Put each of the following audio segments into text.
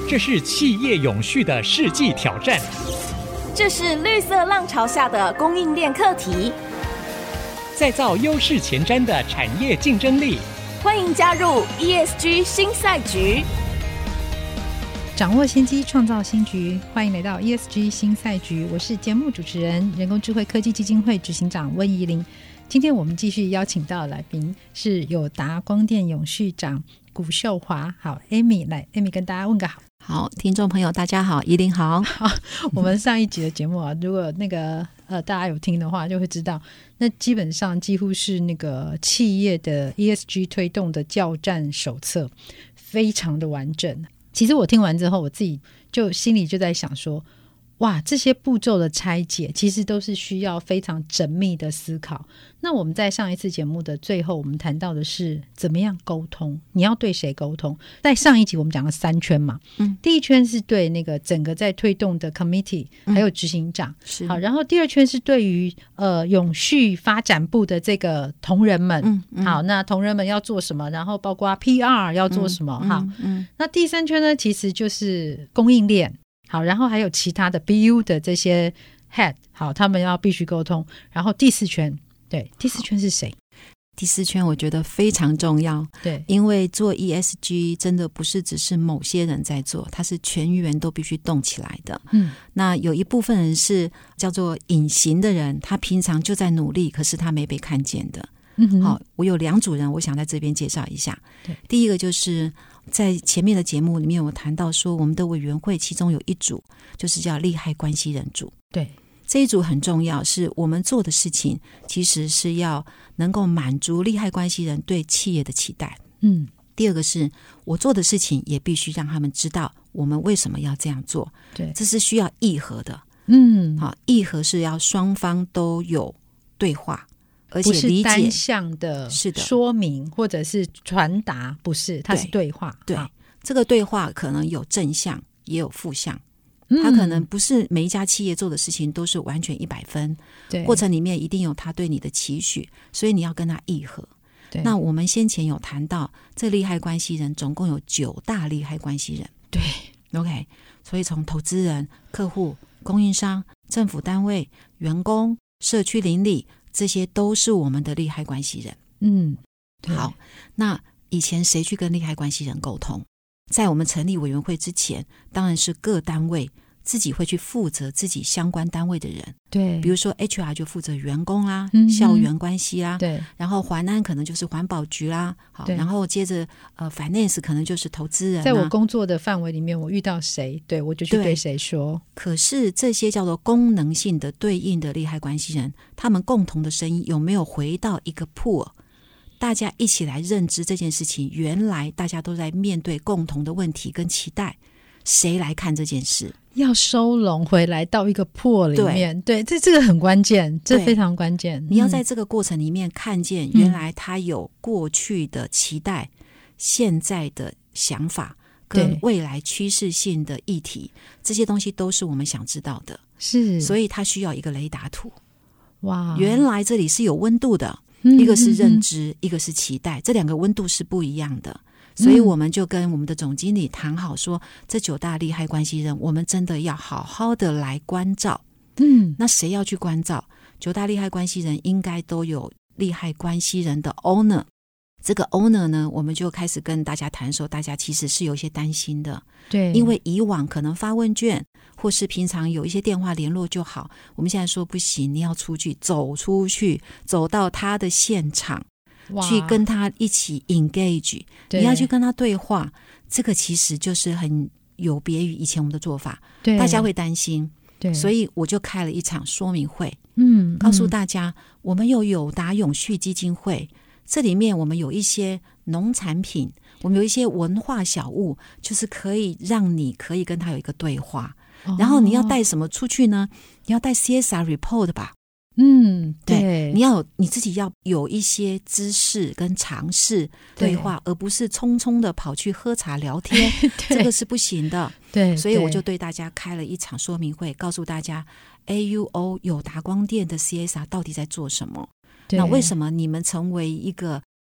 这是企业永续的世纪挑战， 这是绿色浪潮下的供应链课题， 再造优势前瞻的产业竞争力。 欢迎加入 ESG 新赛局， 掌握先机，创造新局。欢迎来到 ESG 新赛局，我是节目主持人人工智慧科技基金会执行长温怡玲。今天我们继续邀请到的来宾是友达光电永续长古秀华。好 Amy， 来 Amy 跟大家问个好。 好，听众朋友大家好，怡玲好。 好，我们上一集的节目啊，如果那个大家有听的话就会知道，那基本上几乎是那个企业的 ESG 推动的教战手册，非常的完整。其实我听完之后，我自己就心里就在想说，哇，这些步骤的拆解其实都是需要非常缜密的思考。那我们在上一次节目的最后，我们谈到的是怎么样沟通，你要对谁沟通。在上一集我们讲了3圈嘛，第一圈是对那个整个在推动的 committee 还有执行长，好，然后第二圈是对于永续发展部的这个同仁们，好，那同仁们要做什么，然后包括 PR 要做什么，好，那第3圈呢其实就是供应链，好，然后还有其他的 BU 的这些 head， 好，他们要必须沟通。然后第4圈，对，第4圈是谁？ 第4圈我觉得非常重要， 对， 因为做 ESG 真的不是只是某些人在做，它是全员都必须动起来的。那有一部分人是叫做隐形的人，他平常就在努力，可是他没被看见的。好，我有2组人，我想在这边介绍一下。第一个就是在前面的节目里面我谈到说，我们的委员会其中有一组就是叫利害关系人组。对，这一组很重要，是我们做的事情其实是要能够满足利害关系人对企业的期待。第二个是我做的事情也必须让他们知道我们为什么要这样做。对，这是需要议和的。好，议和是要双方都有对话，而且理解，不是单向的说明或者是传达，不是，它是对话。 对，这个对话可能有正向也有负向，它可能不是每一家企业做的事情都是完全100分，对，过程里面一定有他对你的期许，所以你要跟他议和。那我们先前有谈到这利害关系人总共有9大利害关系人。对 OK， 所以从投资人、客户、供应商、政府单位、员工、社区邻里，这些都是我们的利害关系人。好，那以前谁去跟利害关系人沟通？在我们成立委员会之前，当然是各单位自己会去负责自己相关单位的人。对，比如说 HR 就负责员工啦，校园关系啦，对，然后环安可能就是环保局啦，好，然后接着finance 可能就是投资人。 在我工作的范围里面，我遇到谁，对，我就去对谁说。 可是这些叫做功能性的对应的利害关系人，他们共同的声音有没有回到一个 pool？大家一起来认知这件事情，原来大家都在面对共同的问题跟期待，谁来看这件事？ 要收拢回来到一个破里面。对，这个很关键，这非常关键。 你要在这个过程里面看见原来他有过去的期待，现在的想法跟未来趋势性的议题，这些东西都是我们想知道的。是，所以他需要一个雷达图。哇，原来这里是有温度的，一个是认知，一个是期待，这2个温度是不一样的。所以我们就跟我们的总经理谈好说，这9大利害关系人我们真的要好好的来关照。那谁要去关照？9大利害关系人应该都有利害关系人的 owner。这个 owner 呢，我们就开始跟大家谈说，大家其实是有一些担心的。对，因为以往可能发问卷或是平常有一些电话联络就好，我们现在说不行，你要出去，走出去，走到他的现场，去跟他一起 engage， 你要去跟他对话，这个其实就是很有别于以前我们的做法。大家会担心，所以我就开了一场说明会，告诉大家我们有友达永续基金会，这里面我们有一些农产品，我们有一些文化小物，就是可以让你可以跟他有一个对话。然后你要带什么出去呢？你要带 CSR report 吧。对，你自己要有一些知识跟尝试对话，而不是匆匆的跑去喝茶聊天，这个是不行的。对，所以我就对大家开了一场说明会，告诉大家 AUO 友达光电的 CSR 到底在做什么。那为什么你们成为一个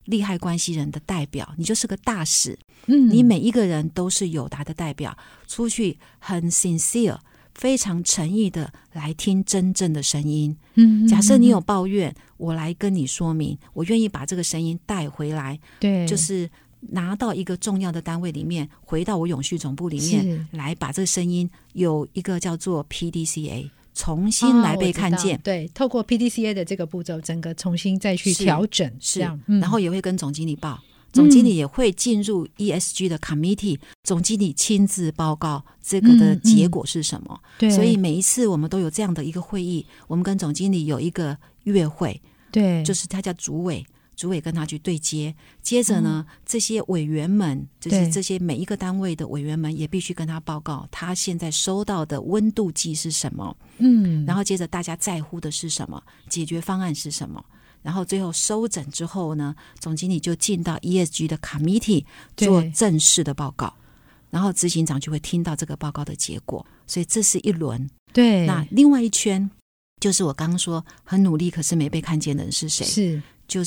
利害关系人的代表，你就是个大使。你每一个人都是友达的代表，出去很 sincere 非常诚意的来听真正的声音。假设你有抱怨，我来跟你说明，我愿意把这个声音带回来，对，就是拿到一个重要的单位里面，回到我永续总部里面来把这个声音有一个叫做 PDCA重新来被看见。 对，透过 PDCA 的这个步骤，整个重新再去调整， 是这样。然后也会跟总经理报，总经理也会进入 ESG 的 committee，总经理亲自报告这个的结果是什么。所以每一次我们都有这样的一个会议，我们跟总经理有一个月会，对，就是他叫主委跟他去对接，接着呢，这些委员们，就是这些每一个单位的委员们也必须跟他报告他现在收到的温度计是什么，然后接着大家在乎的是什么，解决方案是什么，然后最后收整之后呢，总经理就进到 ESG 的 committee 做正式的报告，然后执行长就会听到这个报告的结果，所以这是一轮。对，那另外一圈就是我刚刚说很努力可是没被看见的人是谁？就是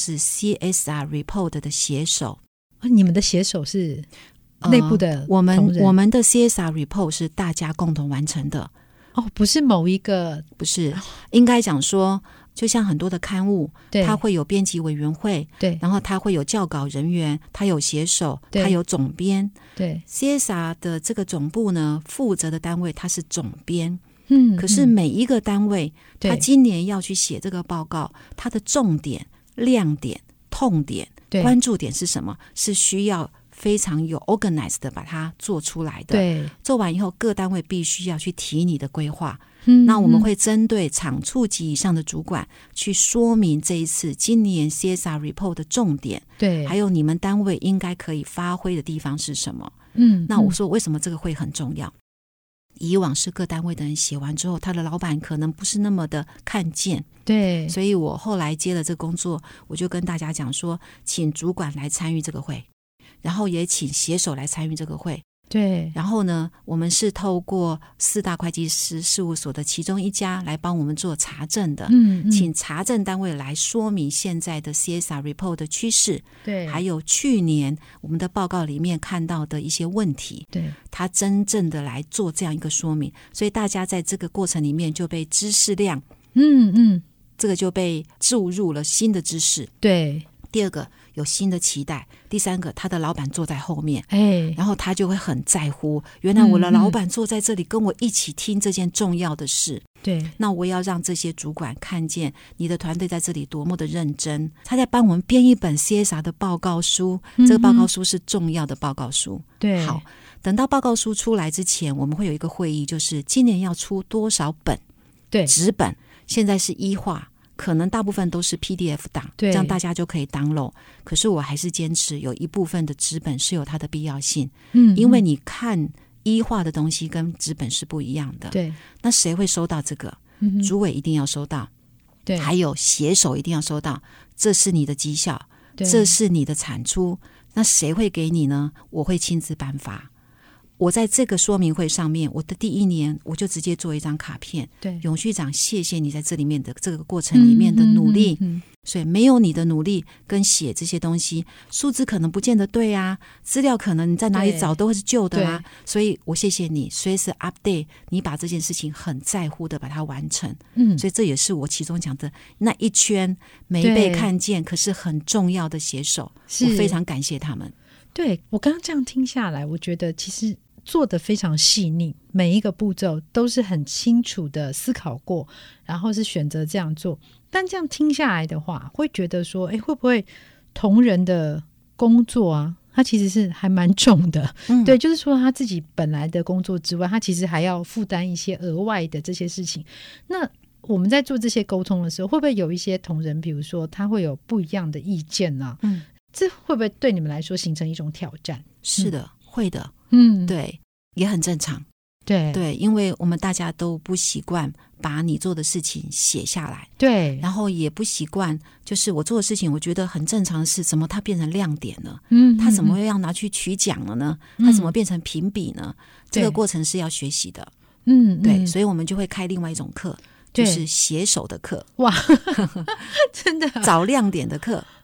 CSR report 的写手。 你们的写手是内部的我们的 CSR report 是大家共同完成的。 不是某一个， 不是，应该讲说就像很多的刊物，它会有编辑委员会，对，然后它会有校稿人员，它有写手，它有总编。对 CSR 的这个总部呢，负责的单位它是总编。可是每一个单位他今年要去写这个报告，它的重点、亮点、痛点、关注点是什么，是需要非常有 organized 的把它做出来的。对，做完以后各单位必须要去提你的规划。那我们会针对厂处级以上的主管去说明这一次今年 CSR report 的重点，对，还有你们单位应该可以发挥的地方是什么。那我说为什么这个会很重要，以往是各单位的人写完之后，他的老板可能不是那么的看见，对，所以我后来接了这个工作，我就跟大家讲说，请主管来参与这个会，然后也请写手来参与这个会。对，然后呢，我们是透过4大会计师事务所的其中一家来帮我们做查证的，请查证单位来说明现在的 CSR report 的趋势，对，还有去年我们的报告里面看到的一些问题，对，他真正的来做这样一个说明，所以大家在这个过程里面就被知识量，这个就被注入了新的知识，对。第二个有新的期待，第三个他的老板坐在后面，然后他就会很在乎，原来我的老板坐在这里跟我一起听这件重要的事，对，那我要让这些主管看见你的团队在这里多么的认真，他在帮我们编一本 CSR 的报告书，这个报告书是重要的报告书，对，好，等到报告书出来之前，我们会有一个会议，就是今年要出多少本，对，纸本，现在是1化，可能大部分都是 PDF 档，这样大家就可以 download。可是我还是坚持有一部分的纸本是有它的必要性，因为你看1化的东西跟纸本是不一样的。对，那谁会收到这个？主委一定要收到，对，还有写手一定要收到。这是你的绩效，这是你的产出，那谁会给你呢？我会亲自颁发。我在这个说明会上面，我的第1年我就直接做一张卡片，对，永续长谢谢你在这里面的这个过程里面的努力，所以没有你的努力跟写这些东西，数字可能不见得对啊，资料可能你在哪里找都会是旧的啊，所以我谢谢你随时 update， 你把这件事情很在乎的把它完成，所以这也是我其中讲的那一圈没被看见可是很重要的写手，我非常感谢他们。 对，我刚刚这样听下来，我觉得其实做得非常细腻，每一个步骤都是很清楚的思考过，然后是选择这样做。但这样听下来的话，会觉得说，会不会同仁的工作啊，他其实是还蛮重的，对，就是说他自己本来的工作之外，他其实还要负担一些额外的这些事情。那我们在做这些沟通的时候，会不会有一些同仁，比如说他会有不一样的意见啊？这会不会对你们来说形成一种挑战？ 是的，会的，对，也很正常，对，因为我们大家都不习惯把你做的事情写下来，对，然后也不习惯，就是我做的事情，我觉得很正常的是，怎么它变成亮点了？它怎么会要拿去取奖了呢？它怎么变成评比呢？这个过程是要学习的，对，所以我们就会开另外一种课，就是写手的课，哇， 真的找亮点的课。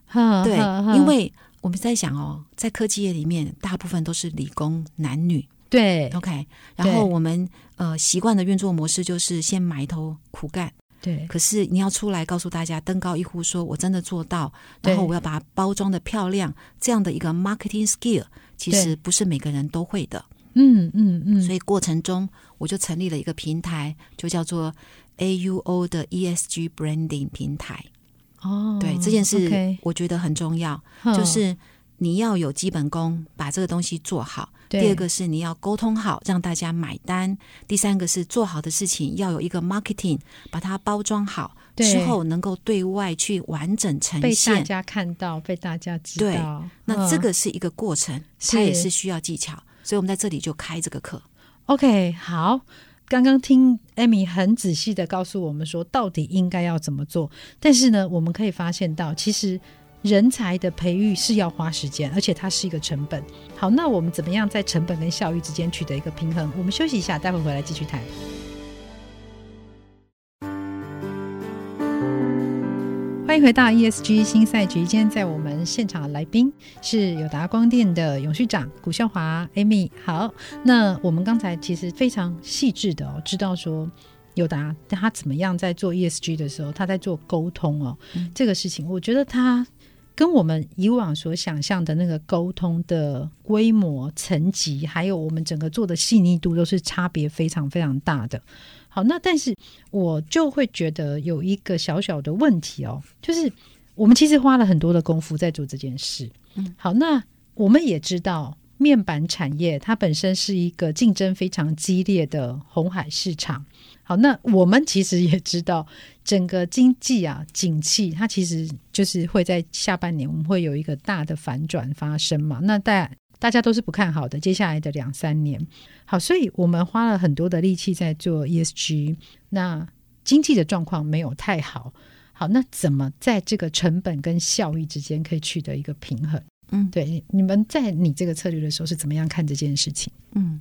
对，因为我们在想哦，在科技业里面大部分都是理工男女， 对 OK， 然后我们习惯的运作模式就是先埋头苦干， 对， 可是你要出来告诉大家登高一呼说我真的做到，然后我要把它包装的漂亮，这样的一个 marketing skill 其实不是每个人都会的。所以过程中我就成立了一个平台，就叫做 AUO 的 ESG branding 平台。对，这件事我觉得很重要，就是你要有基本功把这个东西做好，第二个是你要沟通好让大家买单，第三个是做好的事情要有一个 marketing 把它包装好之后能够对外去完整呈现， 被大家看到，被大家知道。 对，那这个是一个过程，它也是需要技巧，所以我们在这里就开这个课。 OK， 好，刚刚听 Amy 很仔细的告诉我们说到底应该要怎么做，但是呢我们可以发现到其实人才的培育是要花时间，而且它是一个成本。好，那我们怎么样在成本跟效益之间取得一个平衡？我们休息一下，待会回来继续谈。欢迎回到 ESG 新赛局，今天在我们现场的来宾是友达光电的永续长古秀华 Amy。 好，那我们刚才其实非常细致的知道说友达他怎么样在做 ESG 的时候他在做沟通这个事情我觉得他跟我们以往所想象的那个沟通的规模层级还有我们整个做的细腻度都是差别非常非常大的。好，那但是我就会觉得有一个小小的问题就是我们其实花了很多的功夫在做这件事。好，那我们也知道面板产业它本身是一个竞争非常激烈的红海市场。好，那我们其实也知道整个经济景气它其实就是会在下半年我们会有一个大的反转发生嘛，那大家都是不看好的接下来的2-3年。好，所以我们花了很多的力气在做 ESG， 那经济的状况没有太好。好，那怎么在这个成本跟效益之间可以取得一个平衡？对，你们在你这个策略的时候是怎么样看这件事情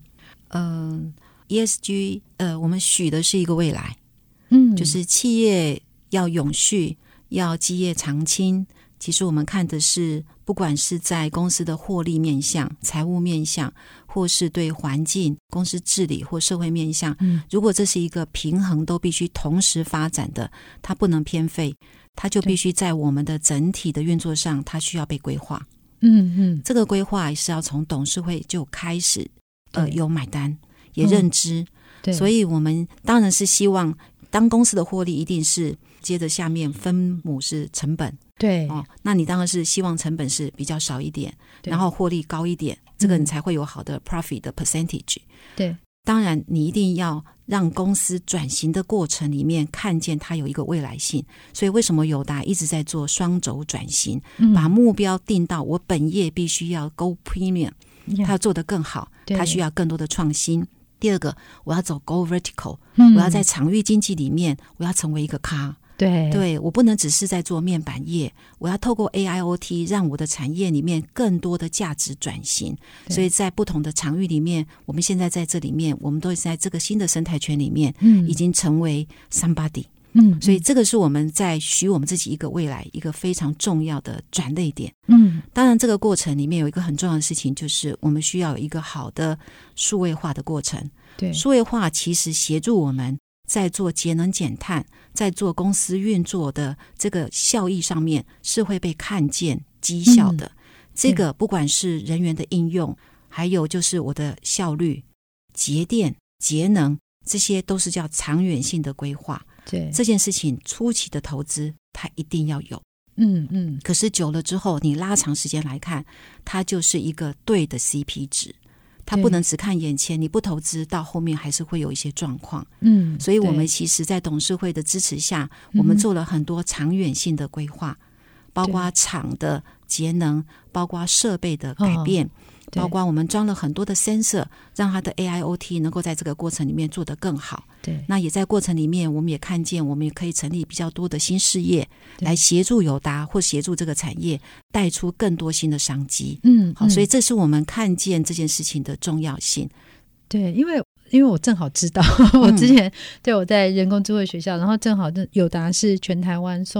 ？ESG 我们许的是一个未来，就是企业要永续，要基业长青。其实我们看的是不管是在公司的获利面向、财务面向，或是对环境、公司治理或社会面向，如果这是一个平衡都必须同时发展的，它不能偏废，它就必须在我们的整体的运作上它需要被规划。这个规划是要从董事会就开始有买单也认知，所以我们当然是希望当公司的获利一定是接着下面分母是成本， 对那你当然是希望成本是比较少一点，然后获利高一点，这个你才会有好的 profit 的 percentage。 对， 当然你一定要让公司转型的过程里面看见它有一个未来性，所以为什么友达一直在做双轴转型，把目标定到我本业必须要 go premium， 它要做得更好，它需要更多的创新。第二个，我要走 go vertical，我要在场域经济里面我要成为一个咖。对，我不能只是在做面板业，我要透过 AIoT 让我的产业里面更多的价值转型。所以在不同的场域里面，我们现在在这里面，我们都在这个新的生态圈里面已经成为 somebody。所以这个是我们在许我们自己一个未来一个非常重要的转捩点。当然这个过程里面有一个很重要的事情，就是我们需要有一个好的数位化的过程。对，数位化其实协助我们在做节能减碳，在做公司运作的这个效益上面是会被看见绩效的。这个不管是人员的应用，还有就是我的效率、节电、节能，这些都是叫长远性的规划。对，这件事情初期的投资它一定要有。可是久了之后，你拉长时间来看，它就是一个对的 CP 值。它不能只看眼前，你不投资到后面还是会有一些状况。所以我们其实在董事会的支持下，我们做了很多长远性的规划，包括厂的节能，包括设备的改变，包括我们装了很多的 sensor， 让它的 AIoT 能够在这个过程里面做得更好。对，那也在过程里面我们也看见我们也可以成立比较多的新事业来协助友达或协助这个产业带出更多新的商机。好，所以这是我们看见这件事情的重要性。 对，因为我正好知道我之前对我在人工智慧学校，然后正好友达是全台湾送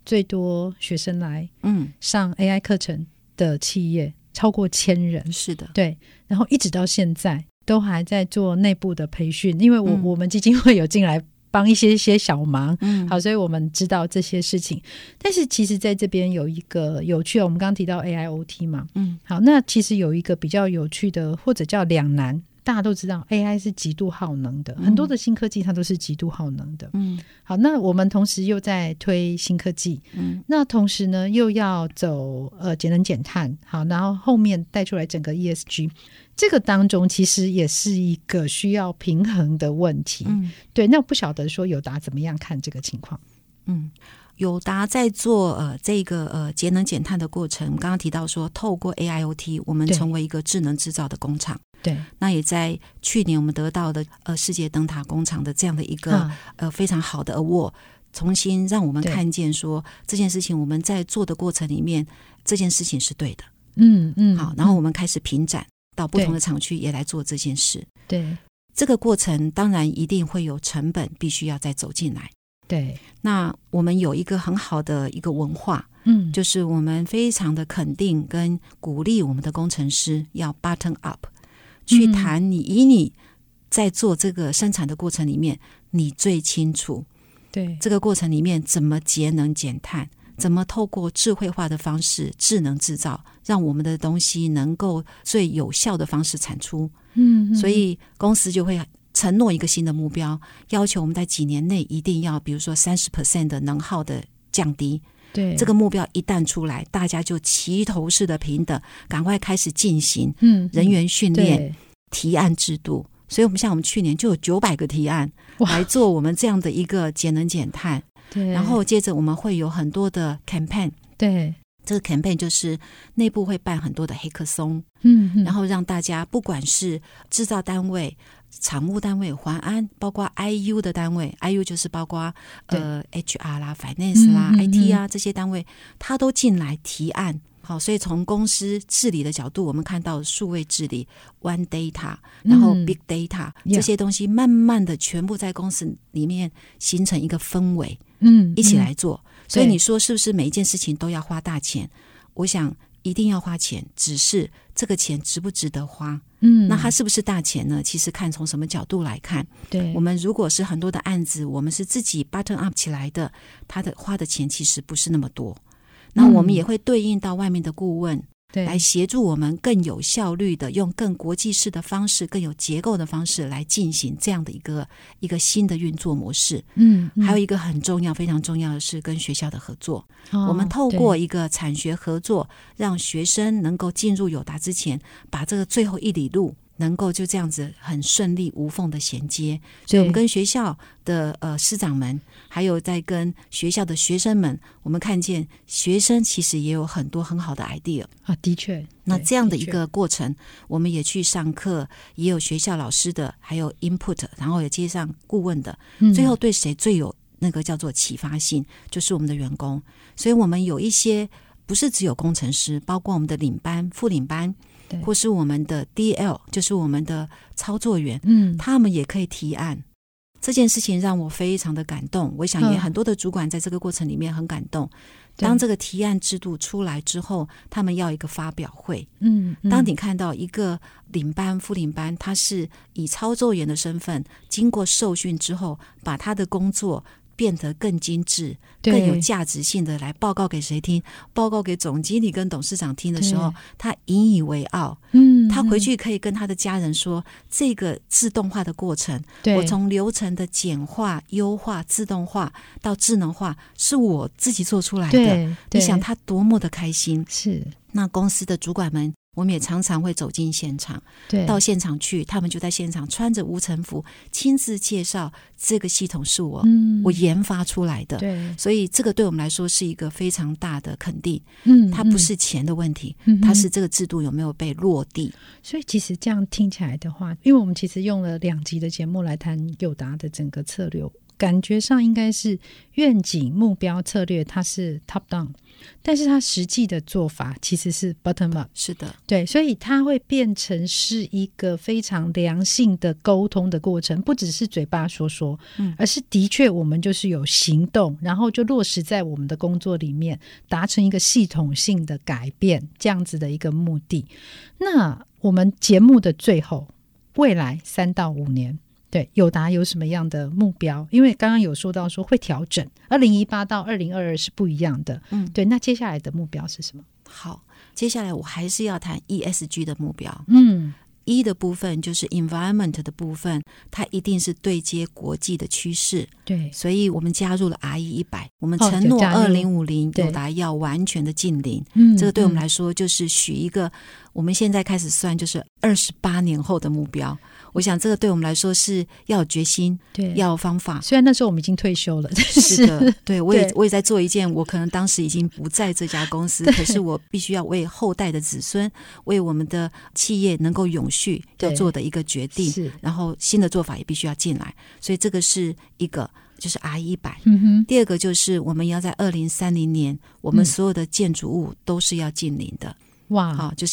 最多学生来上 AI 课程的企业超过1000人， 是的， 对，然后一直到现在都还在做内部的培训，因为我们基金会有进来帮一些小忙，好，所以我们知道这些事情。但是其实在这边有一个有趣的，我们刚刚提到 AIoT 嘛，好，那其实有一个比较有趣的，或者叫两难。大家都知道 AI 是极度耗能的，很多的新科技它都是极度耗能的。好，那我们同时又在推新科技，那同时呢又要走节能减碳，好，然后后面带出来整个 ESG， 这个当中其实也是一个需要平衡的问题。对，那不晓得说友达怎么样看这个情况？ 友达在做这个节能减碳的过程，刚刚提到说透过 AIoT 我们成为一个智能制造的工厂。 对， 那也在去年我们得到的世界灯塔工厂的这样的一个非常好的 award， 重新让我们看见说这件事情我们在做的过程里面这件事情是对的。好，然后我们开始平展到不同的厂区也来做这件事。 对， 这个过程当然一定会有成本必须要再走进来。 对， 那我们有一个很好的一个文化，就是我们非常的肯定跟鼓励我们的工程师要 bottom up，去谈你在做这个生产的过程里面你最清楚， 对， 这个过程里面怎么节能减碳，怎么透过智慧化的方式智能制造，让我们的东西能够最有效的方式产出。所以公司就会承诺一个新的目标，要求我们在几年内一定要比如说 30% 的能耗的降低。 对， 这个目标一旦出来，大家就齐头式的平等，赶快开始进行人员训练、提案制度。所以我们去年就有900个提案来做我们这样的一个节能减碳。 对， 然后接着我们会有很多的 campaign。 对， 这个 campaign 就是内部会办很多的黑客松，然后让大家不管是制造单位、厂务单位、环安，包括 IU 的单位， IU 就是包括HR 啦、Finance 啦、IT 啊这些单位，他都进来提案。好，所以从公司治理的角度，我们看到数位治理 One Data， 然后 Big Data，这些东西慢慢的全部在公司里面形成一个氛围，一起来做。所以你说是不是每一件事情都要花大钱？我想一定要花钱，只是这个钱值不值得花。那它是不是大钱呢？其实看从什么角度来看。 对， 我们如果是很多的案子，我们是自己 button up 起来的，它的花的钱其实不是那么多。那我们也会对应到外面的顾问，来协助我们更有效率的用更国际式的方式、更有结构的方式来进行这样的一个新的运作模式。还有一个很重要非常重要的是跟学校的合作。我们透过一个产学合作，让学生能够进入友达之前，把这个最后1里路能够就这样子很顺利无缝的衔接。所以我们跟学校的师长们，还有在跟学校的学生们，我们看见学生其实也有很多很好的 idea 啊，的确。 那这样的一个过程，我们也去上课，也有学校老师的，还有 input， 然后也接上顾问的。最后对谁最有那个叫做启发性，就是我们的员工。所以我们有一些不是只有工程师，包括我们的领班、副领班，或是我们的 DL， 就是我们的操作员，他们也可以提案。这件事情让我非常的感动，我想也很多的主管在这个过程里面很感动。当这个提案制度出来之后，他们要一个发表会。当你看到一个领班、副领班，他是以操作员的身份，经过受训之后，把他的工作变得更精致、更有价值性的来报告给谁听？报告给总经理跟董事长听的时候，他引以为傲。他回去可以跟他的家人说，这个自动化的过程，我从流程的简化、优化、自动化到智能化，是我自己做出来的。你想他多么的开心。是，那公司的主管们，我们也常常会走进现场，到现场去，他们就在现场穿着无尘服，亲自介绍这个系统是我研发出来的。所以这个对我们来说是一个非常大的肯定。它不是钱的问题，它是这个制度有没有被落地。 所以其实这样听起来的话，因为我们其实用了2集的节目来谈友达的整个策略， 感觉上应该是愿景、目标、策略它是 top down， 但是它实际的做法其实是 bottom up。 是的， 对，所以它会变成是一个非常良性的沟通的过程，不只是嘴巴说说，而是的确我们就是有行动，然后就落实在我们的工作里面，达成一个系统性的改变，这样子的一个目的。那我们节目的最后，未来3到5年，对友达有什么样的目标？因为刚刚有说到说会调整，2018到2022是不一样的。对，那接下来的目标是什么？ 好，接下来我还是要谈 ESG 的目标。E 的部分就是 environment 的部分，它一定是对接国际的趋势。 对， 所以我们加入了 RE100， 我们承诺2050友达要完全的净零。这个对我们来说就是许一个我们现在开始算就是28年后的目标。我想这个对我们来说是要有决心，对，要有方法。 虽然那时候我们已经退休了， 是的，对，我也在做一件我可能当时已经不在这家公司，可是我必须要为后代的子孙，为我们的企业能够永续要做的一个决定，然后新的做法也必须要进来。所以这个是一个就是 RE100。第二个就是我们要在2030年我们所有的建筑物都是要净零的。哇，就是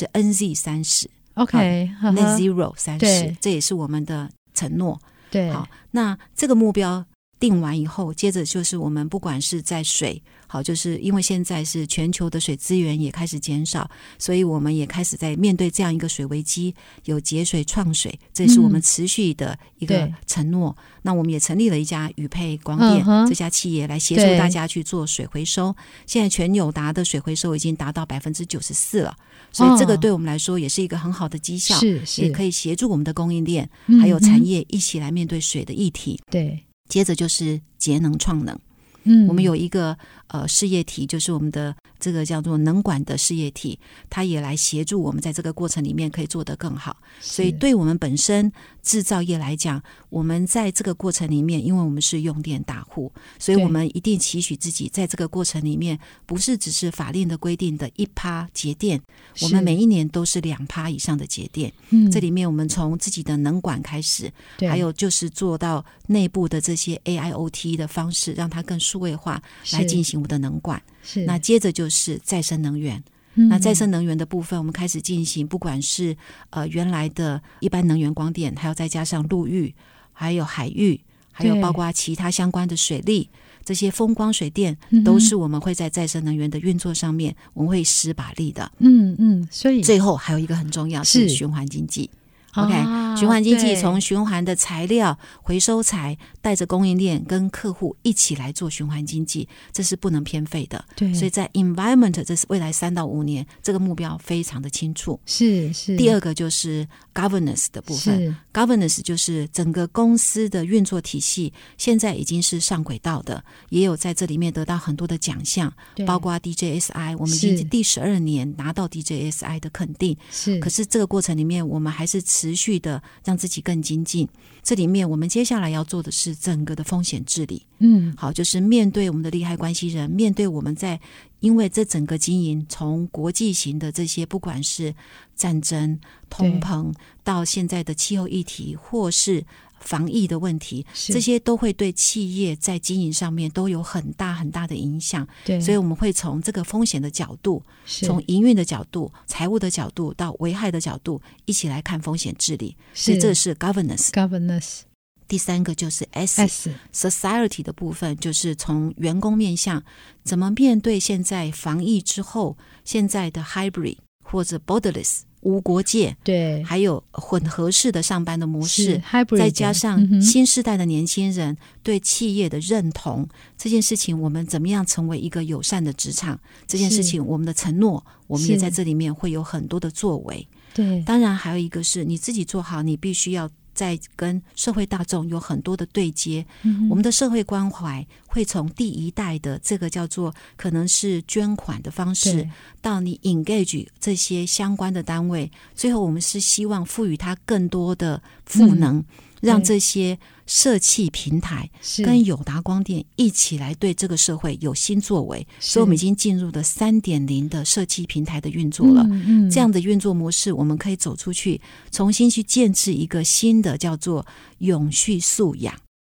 NZ30。OK， Net Zero 30，这也是我们的承诺。对，好，那这个目标定完以后，接着就是我们不管是在水，好，就是因为现在是全球的水资源也开始减少，所以我们也开始在面对这样一个水危机，有节水创水，这也是我们持续的一个承诺。那我们也成立了一家宇配光电这家企业来协助大家去做水回收。现在全友达的水回收已经达到 94% 了，所以这个对我们来说也是一个很好的绩效，也可以协助我们的供应链还有产业一起来面对水的议题。对，接着就是节能创能。我们有一个事业体，就是我们的这个叫做能管的事业体，它也来协助我们在这个过程里面可以做得更好。所以对我们本身制造业来讲，我们在这个过程里面，因为我们是用电大户，所以我们一定期许自己在这个过程里面不是只是法令的规定的1%节电，我们每一年都是2%以上的节电。这里面我们从自己的能管开始，还有就是做到内部的这些 AIoT 的方式，让它更数位化来进行我们的能管。那接着就是再生能源。那再生能源的部分，我们开始进行，不管是原来的一般能源光电，还有再加上陆域，还有海域，还有包括其他相关的水利，这些风光水电都是我们会在再生能源的运作上面，我们会施把力的。所以最后还有一个很重要是循环经济。OK， 循环经济从循环的材料回收材带着供应链跟客户一起来做循环经济，这是不能偏废的。对，所以在 environment 这是未来3到5年这个目标非常的清楚。是。第二个就是 governance 的部分。governance 就是整个公司的运作体系现在已经是上轨道的，也有在这里面得到很多的奖项，包括 DJSI， 我们已经第12年拿到 DJSI 的肯定。可是这个过程里面我们还是持续的让自己更精进。这里面我们接下来要做的是整个的风险治理。好，就是面对我们的利害关系人，面对我们在因为这整个经营从国际型的这些不管是战争、通膨到现在的气候议题或是防疫的问题，这些都会对企业在经营上面都有很大很大的影响。所以我们会从这个风险的角度，从营运的角度、财务的角度到危害的角度一起来看风险治理。所以这是 governance。第3个就是 S society 的部分，就是从员工面向怎么面对现在防疫之后现在的 hybrid 或者 borderless 无国界，对，还有混合式的上班的模式，再加上新世代的年轻人对企业的认同，这件事情我们怎么样成为一个友善的职场，这件事情我们的承诺我们也在这里面会有很多的作为。对，当然还有一个是你自己做好，你必须要在跟社会大众有很多的对接。我们的社会关怀会从第1代的这个叫做可能是捐款的方式，到你 engage 这些相关的单位，最后我们是希望赋予它更多的赋能，让这些社企平台跟友达光电一起来对这个社会有新作为。所以我们已经进入了 3.0 的社企平台的运作了。这样的运作模式我们可以走出去，重新去建制一个新的叫做永续素养。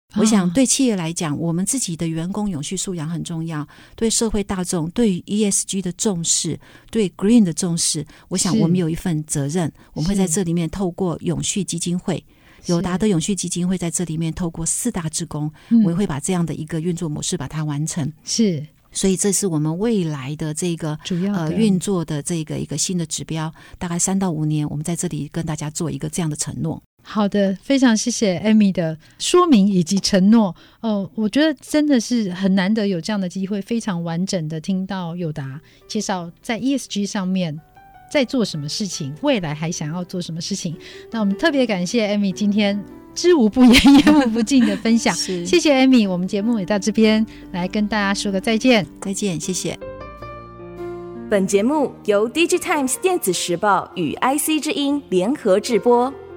我想对企业来讲，我们自己的员工永续素养很重要，对社会大众对于 ESG 的重视，对 Green 的重视，我想我们有一份责任，我们会在这里面透过永续基金会，友达的永续基金会在这里面透过4大志工，我也会把这样的一个运作模式把它完成。 是， 所以这是我们未来的这个主要运作的这个一个新的指标，大概3到5年，我们在这里跟大家做一个这样的承诺。 好的，非常谢谢 Amy 的说明以及承诺。我觉得真的是很难得有这样的机会，非常完整的听到友达介绍在 ESG 上面在做什么事情，未来还想要做什么事情。那我们特别感谢 Amy 今天知无不言言无不尽的分享谢谢 Amy， 我们节目也到这边来跟大家说个再见。 再见，谢谢。 本节目由 DigiTimes 电子时报与 IC 之音联合制播。